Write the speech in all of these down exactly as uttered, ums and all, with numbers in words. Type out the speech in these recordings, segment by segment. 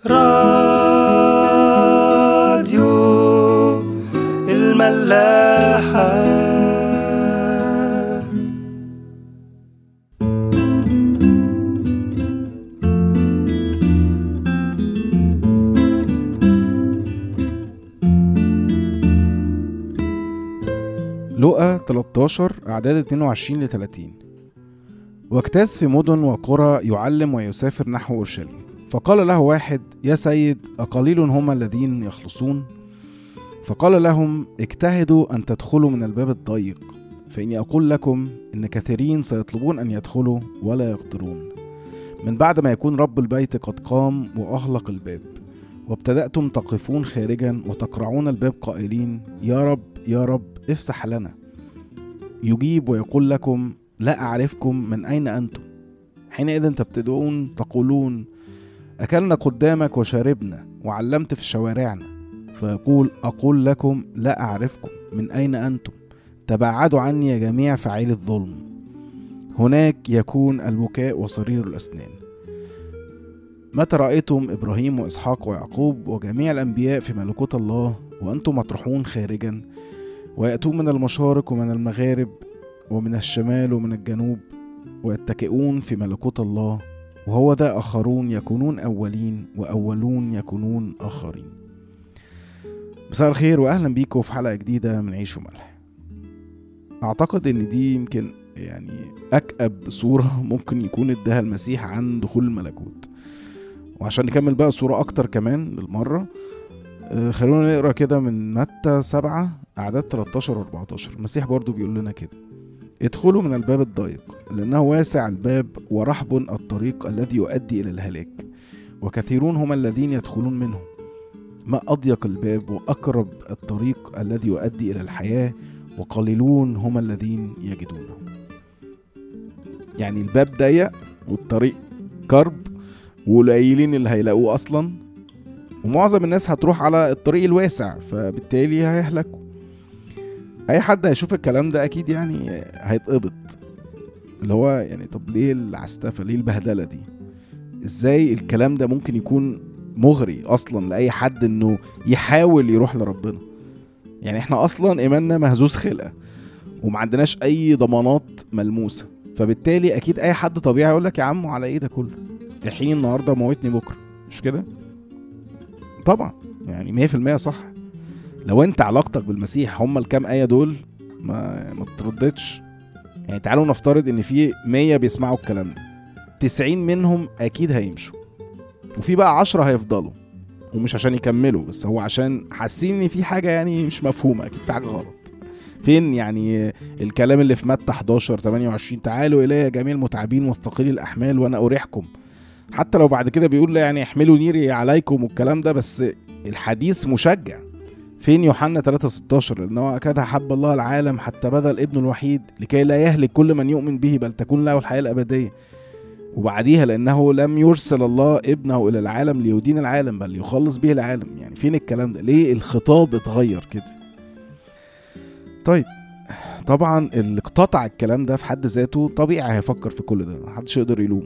راديو الملاحة. لوقا تلتاشر أعداد اتنين وعشرين لتلاتين. واجتاز في مدن وقرى يعلم ويسافر نحو أورشليم، فقال له واحد: يا سيد، أقليل هم الذين يخلصون؟ فقال لهم: اجتهدوا أن تدخلوا من الباب الضيق، فإني أقول لكم إن كثيرين سيطلبون أن يدخلوا ولا يقدرون. من بعد ما يكون رب البيت قد قام وأغلق الباب، وابتدأتم تقفون خارجا وتقرعون الباب قائلين: يا رب يا رب افتح لنا. يجيب ويقول لكم: لا أعرفكم، من أين أنتم؟ حينئذ تبتدؤون تقولون: أكلنا قدامك وشربنا وعلمت في شوارعنا. فيقول: أقول لكم لا أعرفكم، من أين أنتم؟ تبعدوا عني يا جميع فاعلي الظلم. هناك يكون البكاء وصرير الأسنان. متى رأيتم إبراهيم وإسحاق ويعقوب وجميع الأنبياء في ملكوت الله وأنتم مطروحون خارجا، ويأتون من المشارق ومن المغارب ومن الشمال ومن الجنوب ويتكئون في ملكوت الله، وهو ذا آخرون يكونون أولين وأولون يكونون آخرين. مساء الخير وأهلا بيكم في حلقة جديدة من عيش وملح. أعتقد إن دي يمكن يعني أكأب صورة ممكن يكون اداها المسيح عن دخول الملكوت. وعشان نكمل بقى الصورة أكتر كمان للمرة، خلونا نقرأ كده من متى سبعة أعداد تلتاشر وأربعتاشر. المسيح برضو بيقول لنا كده: ادخلوا من الباب الضيق، لأنه واسع الباب ورحب الطريق الذي يؤدي إلى الهلاك، وكثيرون هم الذين يدخلون منه. ما أضيق الباب وأقرب الطريق الذي يؤدي إلى الحياة، وقليلون هم الذين يجدونه. يعني الباب ضيق والطريق كرب، وقليلين اللي هيلاقوه أصلا، ومعظم الناس هتروح على الطريق الواسع، فبالتالي هيهلكوا. اي حد هيشوف الكلام ده اكيد يعني هيتقبض، اللي هو يعني طب ليه العستفة، ليه البهدلة دي؟ ازاي الكلام ده ممكن يكون مغري اصلا لاي حد انه يحاول يروح لربنا؟ يعني احنا اصلا ايماننا مهزوز خلقة وما عندناش اي ضمانات ملموسة، فبالتالي اكيد اي حد طبيعي يقول لك: يا عم على ايه ده كله؟ الحين النهارده موتني بكره، مش كده؟ طبعا يعني مية في المية صح. لو انت علاقتك بالمسيح هم الكام آية دول ما ما ترددش. يعني تعالوا نفترض ان في مية بيسمعوا الكلام ده، تسعين منهم اكيد هيمشوا، وفي بقى عشرة هيفضلوا، ومش عشان يكملوا بس، هو عشان حاسين ان في حاجة يعني مش مفهومة، اكيد في حاجة غلط. فين يعني الكلام اللي في متى حداشر تمانية وعشرين: تعالوا الي جميع المتعبين والثقيل الاحمال وانا اريحكم؟ حتى لو بعد كده بيقول يعني احملوا نيري عليكم والكلام ده، بس الحديث مشجع. فين يوحنا تلاتة ستاشر: لأنه أكاد حب الله العالم حتى بذل ابنه الوحيد لكي لا يهلك كل من يؤمن به بل تكون له الحياة الأبدية. وبعديها: لأنه لم يرسل الله ابنه إلى العالم ليدين العالم بل يخلص به العالم. يعني فين الكلام ده؟ ليه الخطاب اتغير كده؟ طيب طبعا اللي اقتطع الكلام ده في حد ذاته طبيعي هيفكر في كل ده، محدش يقدر يلوم.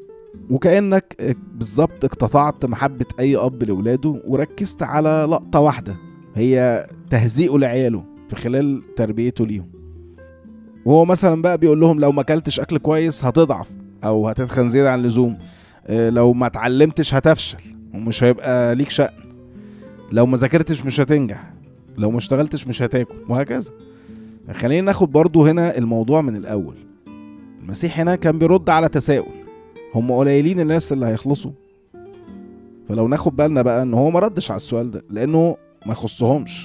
وكأنك بالظبط اقتطعت محبة أي أب لأولاده وركزت على لقطة واحدة، هي تهزيئه لعياله في خلال تربيته ليهم. وهو مثلا بقى بيقول لهم: لو ما اكلتش اكل كويس هتضعف او هتتخن زيادة عن اللزوم، لو ما اتعلمتش هتفشل ومش هيبقى ليك شأن، لو ما ذاكرتش مش هتنجح، لو ما اشتغلتش مش هتاكل، وهكذا. خلينا ناخد برضو هنا الموضوع من الاول. المسيح هنا كان بيرد على تساؤل: هم قليلين الناس اللي هيخلصوا؟ فلو ناخد بالنا بقى ان هو ما ردش على السؤال ده لانه ما يخصهمش.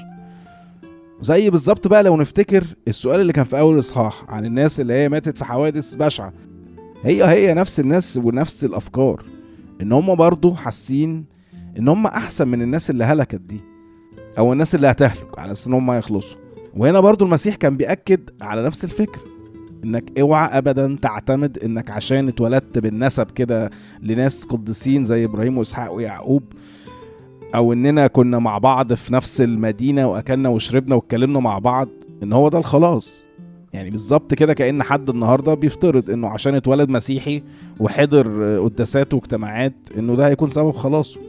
زي بالظبط بقى لو نفتكر السؤال اللي كان في اول اصحاح عن الناس اللي هي ماتت في حوادث بشعة، هي هي نفس الناس ونفس الافكار، ان هم برضو حاسين ان هم احسن من الناس اللي هلكت دي او الناس اللي هتهلك على اساس ان هم يخلصوا. وهنا برضو المسيح كان بيأكد على نفس الفكر، انك اوعى ابدا تعتمد انك عشان اتولدت بالنسب كده لناس قديسين زي ابراهيم واسحاق ويعقوب، او اننا كنا مع بعض في نفس المدينة واكلنا وشربنا واتكلمنا مع بعض، ان هو ده الخلاص. يعني بالظبط كده كأن حد النهاردة بيفترض انه عشان اتولد مسيحي وحضر قداسات واجتماعات انه ده هيكون سبب خلاصه.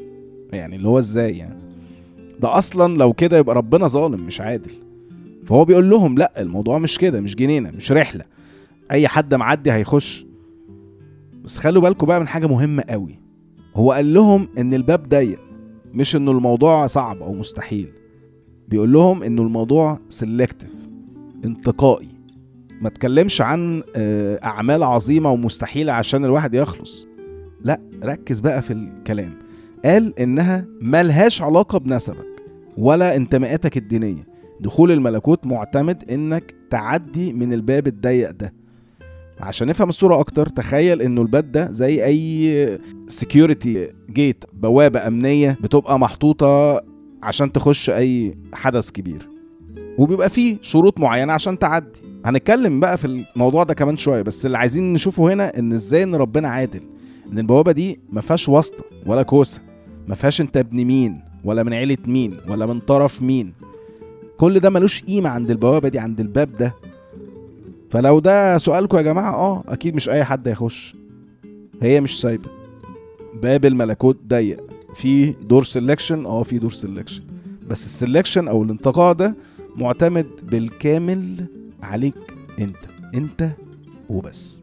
يعني اللي هو ازاي يعني؟ ده اصلا لو كده يبقى ربنا ظالم مش عادل. فهو بيقول لهم لا، الموضوع مش كده، مش جنينة، مش رحلة اي حد معدي هيخش. بس خلوا بالكم بقى من حاجة مهمة قوي. هو قال لهم ان الباب ضيق، مش انه الموضوع صعب او مستحيل. بيقول لهم انه الموضوع سيلكتيف، انتقائي. ما تكلمش عن اعمال عظيمة ومستحيلة عشان الواحد يخلص، لا، ركز بقى في الكلام. قال انها ملهاش علاقة بنسبك ولا انتماءاتك الدينية. دخول الملكوت معتمد انك تعدي من الباب الضيق ده. عشان نفهم الصورة اكتر، تخيل انه الباب ده زي اي سيكيورتي جيت، بوابة امنية بتبقى محطوطة عشان تخش اي حدث كبير، وبيبقى فيه شروط معينة عشان تعدي. هنتكلم بقى في الموضوع ده كمان شوية، بس اللي عايزين نشوفه هنا ان ازاي ان ربنا عادل. ان البوابة دي ما فيهاش واسطة ولا كوسة، ما فيهاش انت ابن مين ولا من عيلة مين ولا من طرف مين. كل ده ملوش قيمة عند البوابة دي، عند الباب ده. فلو ده سؤالكم يا جماعة، اه اكيد مش اي حد هيخش. هي مش سايبة، باب الملكوت ضيق، في دور سيلكشن، اه في دور سيلكشن، بس السيلكشن او الانتقاء ده معتمد بالكامل عليك انت انت وبس.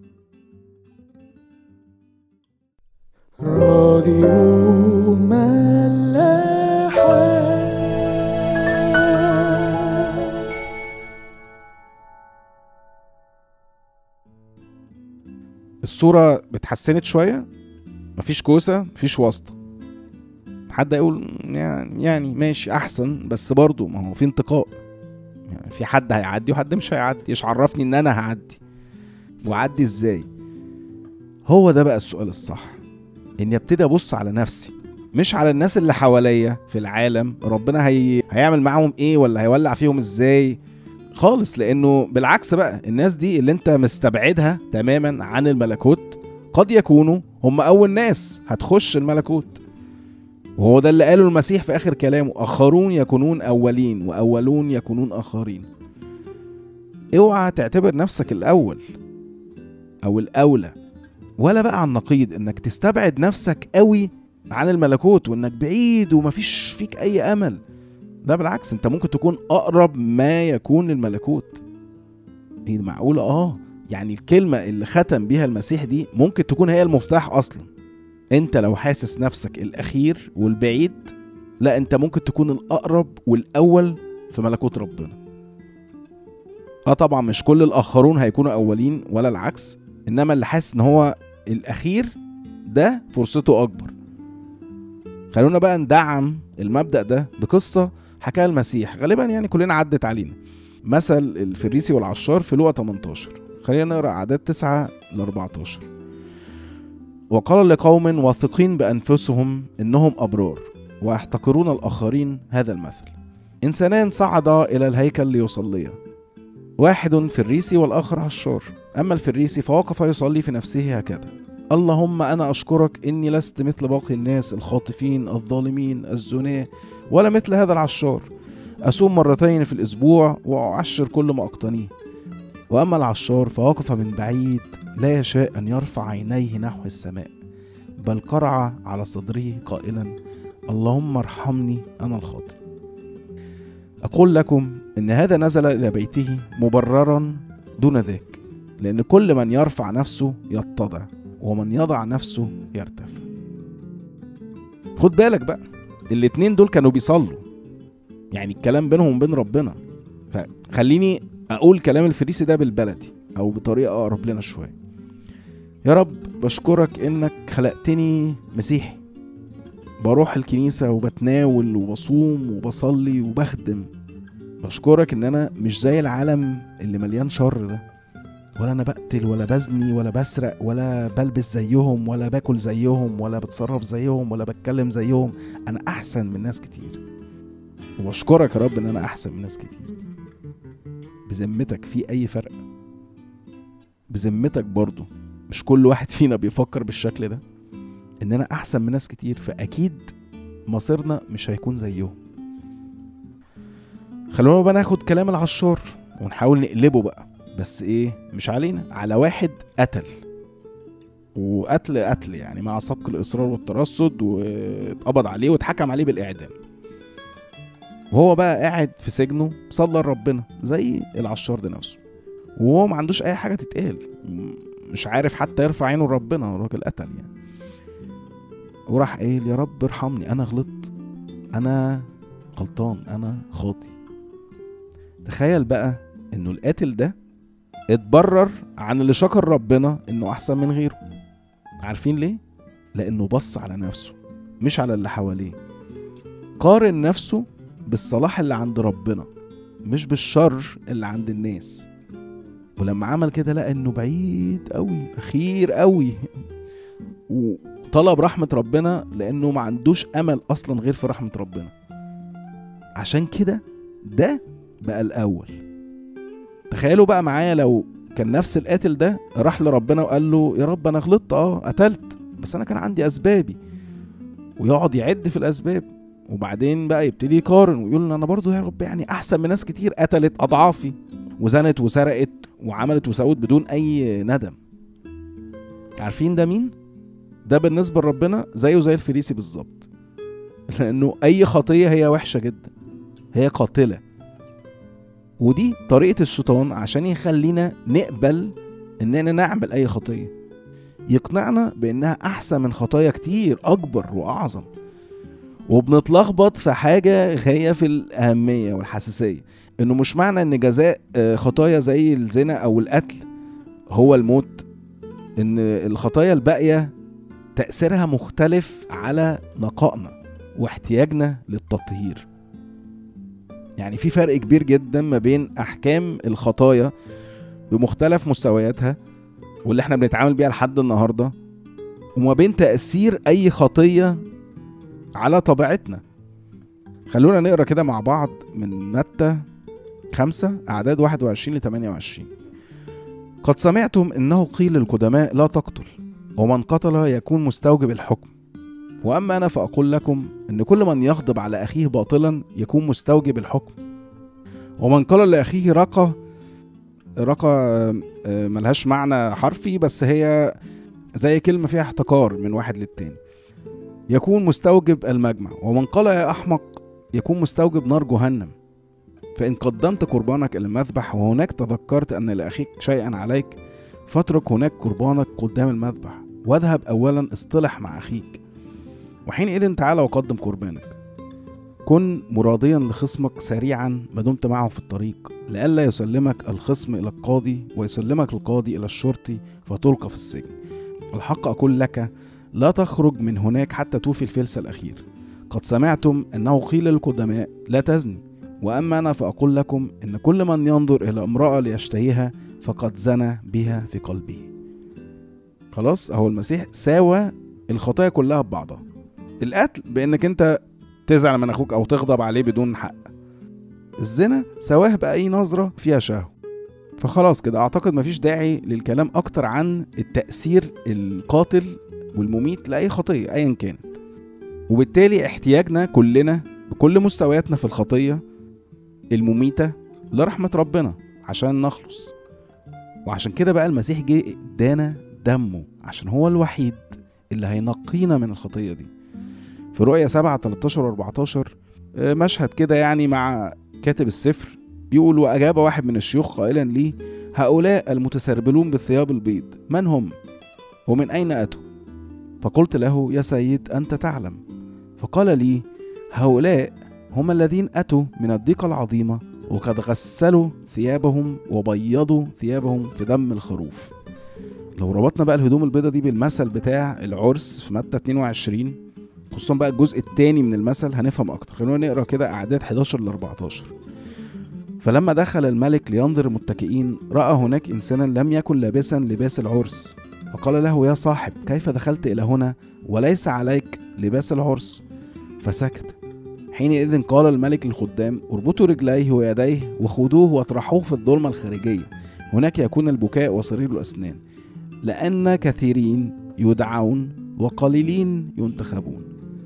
راديو ملاحة. الصورة اتحسنت شوية، مفيش كوسة، مفيش واسطة. حد يقول يعني يعني ماشي احسن، بس برضو ما هو في انتقاء. يعني في حد هيعدي وحد مش هيعدي، ايش عرفني ان انا هعدي وعدي ازاي؟ هو ده بقى السؤال الصح، اني ابتدي ابص على نفسي مش على الناس اللي حواليا في العالم. ربنا هي... هيعمل معاهم ايه ولا هيولع فيهم ازاي خالص، لانه بالعكس بقى الناس دي اللي انت مستبعدها تماما عن الملكوت قد يكونوا هم اول ناس هتخش الملكوت. وهو ده اللي قاله المسيح في اخر كلامه، اخرون يكونون اولين واولون يكونون اخرين. اوعى تعتبر نفسك الاول او الاولى، ولا بقى عن النقيض انك تستبعد نفسك قوي عن الملكوت وانك بعيد ومفيش فيك اي امل. لا بالعكس، انت ممكن تكون اقرب ما يكون للملكوت. ايه معقولة؟ اه يعني الكلمة اللي ختم بيها المسيح دي ممكن تكون هي المفتاح اصلا. انت لو حاسس نفسك الاخير والبعيد، لا، انت ممكن تكون الاقرب والاول في ملكوت ربنا. اه طبعا مش كل الاخرون هيكونوا اولين ولا العكس، انما اللي حاسس ان هو الاخير ده فرصته اكبر. خلونا بقى ندعم المبدأ ده بقصة حكاها المسيح، غالبا يعني كلنا عدت علينا، مثل الفريسي والعشار في لوقا تمنتاشر. خلينا نقرأ أعداد تسعة لأربعتاشر. وقال لقوم واثقين بأنفسهم إنهم أبرار ويحتقرون الآخرين هذا المثل: إنسانان صعدا إلى الهيكل ليصليا، واحد فريسي والآخر عشار. أما الفريسي فوقف يصلي في نفسه هكذا: اللهم أنا أشكرك إني لست مثل باقي الناس الخاطفين الظالمين الزناة، ولا مثل هذا العشار. أصوم مرتين في الأسبوع وأعشر كل ما أقتنيه. وأما العشار فوقف من بعيد لا يشاء أن يرفع عينيه نحو السماء، بل قرع على صدره قائلا: اللهم ارحمني أنا الخاطئ. أقول لكم إن هذا نزل إلى بيته مبررا دون ذاك، لأن كل من يرفع نفسه يتضع، ومن يضع نفسه يرتفع. خد بالك بقى، الاتنين دول كانوا بيصلوا، يعني الكلام بينهم وبين ربنا. فخليني أقول كلام الفريسي ده بالبلدي أو بطريقة أقرب لنا شوية: يا رب بشكرك إنك خلقتني مسيحي، بروح الكنيسة وبتناول وبصوم وبصلي وبخدم. بشكرك إن أنا مش زي العالم اللي مليان شر ده، ولا أنا بقتل ولا بزني ولا بسرق ولا بلبس زيهم ولا باكل زيهم ولا بتصرف زيهم ولا بتكلم زيهم. أنا أحسن من ناس كتير، وبشكرك يا رب إن أنا أحسن من ناس كتير. بذمتك في أي فرق؟ بذمتك برضو مش كل واحد فينا بيفكر بالشكل ده، إن أنا أحسن من ناس كتير، فأكيد مصيرنا مش هيكون زيهم. خلونا بقى ناخد كلام العشار ونحاول نقلبه بقى، بس ايه، مش علينا، على واحد قتل وقتل قتل يعني مع سبق الإصرار والترصد، واتقبض عليه واتحكم عليه بالإعدام. وهو بقى قاعد في سجنه صلى لربنا زي العشار ده نفسه، وهو ما عندوش أي حاجة تتقال، مش عارف حتى يرفع عينه لربنا، الراجل قتل يعني. وراح قايل يا رب ارحمني، أنا غلطت، أنا غلطان، أنا خاطي. تخيل بقى إنه القاتل ده اتبرر عن اللي شكر ربنا إنه أحسن من غيره. عارفين ليه؟ لأنه بص على نفسه مش على اللي حواليه، قارن نفسه بالصلاح اللي عند ربنا مش بالشر اللي عند الناس. ولما عمل كده لقى إنه بعيد قوي، أخير قوي، وطلب رحمة ربنا لأنه ما عندوش أمل أصلا غير في رحمة ربنا. عشان كده ده بقى الأول. تخيلوا بقى معايا لو كان نفس القاتل ده راح لربنا وقال له يا رب أنا غلطت، اه قتلت، بس أنا كان عندي أسبابي، ويقعد يعد في الأسباب، وبعدين بقى يبتدي يقارن ويقول أنا برضو يا رب يعني أحسن من ناس كتير قتلت أضعافي وزنت وسرقت وعملت وسوت بدون أي ندم. عارفين ده مين؟ ده بالنسبة لربنا زيه زي الفريسي بالظبط، لأنه أي خطية هي وحشة جدا، هي قاتلة. ودي طريقة الشيطان عشان يخلينا نقبل إننا نعمل أي خطية، يقنعنا بإنها أحسن من خطايا كتير أكبر وأعظم. وبنتلخبط في حاجة غاية في الأهمية والحساسية، إنه مش معنى إن جزاء خطايا زي الزنا أو القتل هو الموت، إن الخطايا الباقية تأثيرها مختلف على نقائنا واحتياجنا للتطهير. يعني في فرق كبير جدا ما بين أحكام الخطايا بمختلف مستوياتها واللي احنا بنتعامل بيها لحد النهاردة، وما بين تأثير أي خطية على طبيعتنا. خلونا نقرأ كده مع بعض من متى خمسة أعداد واحد وعشرين لثمانية وعشرين. قد سمعتم إنه قيل للقدماء لا تقتل، ومن قتل يكون مستوجب الحكم. وأما أنا فأقول لكم إن كل من يغضب على أخيه باطلا يكون مستوجب الحكم. ومن قال لأخيه رقى، رقى ملهاش معنى حرفي بس هي زي كلمة فيها احتقار من واحد للتاني، يكون مستوجب المجمع. ومن قال يا أحمق يكون مستوجب نار جهنم. فإن قدمت قربانك إلى المذبح وهناك تذكرت أن لأخيك شيئا عليك، فاترك هناك قربانك قدام المذبح، واذهب أولا اصطلح مع أخيك، وحينئذ تعالى وقدم قربانك. كن مراضيا لخصمك سريعا ما دمت معه في الطريق، لئلا يسلمك الخصم إلى القاضي ويسلمك القاضي إلى الشرطي فتلقى في السجن. الحق أقول لك لا تخرج من هناك حتى توفي الفلس الأخير. قد سمعتم أنه قيل للقدماء لا تزني، وأما أنا فأقول لكم إن كل من ينظر إلى امرأة ليشتهيها فقد زنى بها في قلبه. خلاص، أهو المسيح ساوى الخطايا كلها ببعضها. القتل بأنك أنت تزعل من أخوك أو تغضب عليه بدون حق، الزنا سواه بأي نظرة فيها شهوة. فخلاص كده أعتقد مفيش داعي للكلام أكتر عن التأثير القاتل والمميت لأي خطية أيا كانت. وبالتالي احتياجنا كلنا بكل مستوياتنا في الخطية المميتة لرحمة ربنا عشان نخلص. وعشان كده بقى المسيح جه ادانا دمه عشان هو الوحيد اللي هينقينا من الخطية دي. في رؤية سبعة تلتاشر واربعتاشر مشهد كده يعني مع كاتب السفر بيقول: وأجاب واحد من الشيوخ قائلا لي: هؤلاء المتسربلون بالثياب البيض من هم ومن أين أتوا؟ فقلت له: يا سيد أنت تعلم. فقال لي: هؤلاء هم الذين أتوا من الضيقة العظيمة وقد غسلوا ثيابهم وبيضوا ثيابهم في دم الخروف. لو ربطنا بقى الهدوم البيضة دي بالمثل بتاع العرس في متى اتنين وعشرين، خصوصا بقى الجزء الثاني من المثل، هنفهم أكتر. خلونا نقرأ كده أعداد حداشر لأربعتاشر. فلما دخل الملك لينظر المتكئين رأى هناك إنسانا لم يكن لابسا لباس العرس، فقال له: يا صاحب كيف دخلت إلى هنا وليس عليك لباس العرس؟ فسكت. حينئذ قال الملك للخدام: اربطوا رجليه ويديه وخذوه واطرحوه في الظلمة الخارجية، هناك يكون البكاء وصرير الأسنان، لأن كثيرين يدعون وقليلين ينتخبون.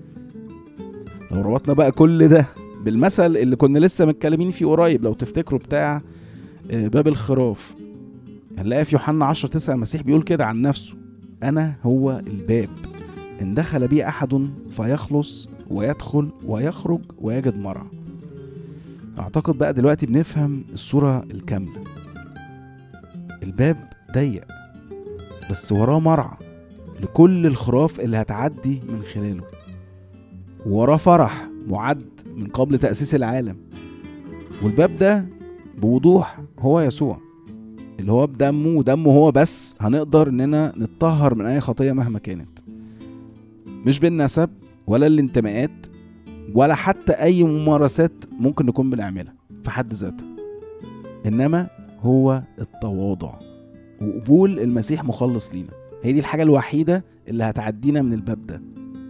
لو ربطنا بقى كل ده بالمثل اللي كنا لسه متكلمين فيه قريب، لو تفتكروا بتاع باب الخراف، هنلاقي في يوحنا عشرة تسعة المسيح بيقول كده عن نفسه: أنا هو الباب، إن دخل بي أحد فيخلص ويدخل ويخرج ويجد مرعى. أعتقد بقى دلوقتي بنفهم الصورة الكاملة. الباب ضيق بس وراه مرعى لكل الخراف اللي هتعدي من خلاله، وراه فرح معد من قبل تأسيس العالم. والباب ده بوضوح هو يسوع، اللي هو بدمه ودمه هو بس هنقدر اننا نتطهر من اي خطية مهما كانت، مش بالنسب ولا الانتماءات ولا حتى اي ممارسات ممكن نكون بنعملها في حد ذاتها، انما هو التواضع وقبول المسيح مخلص لينا. هي دي الحاجة الوحيدة اللي هتعدينا من الباب ده.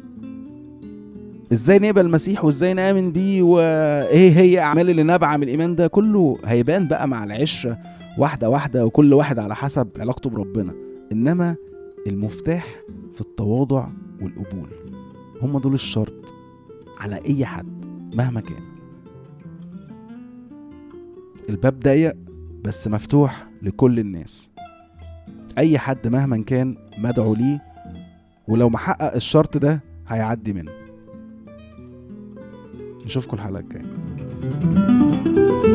ازاي نقبل المسيح وازاي نآمن بيه وايه هي اعمال اللي نابعة من الايمان ده كله هيبان بقى مع العشرة واحدة واحدة، وكل واحد على حسب علاقته بربنا. انما المفتاح في التواضع والقبول، هم دول الشرط على اي حد مهما كان. الباب ضيق بس مفتوح لكل الناس، اي حد مهما كان مدعو ليه، ولو محقق الشرط ده هيعدي منه. نشوفكم الحلقة الجاية.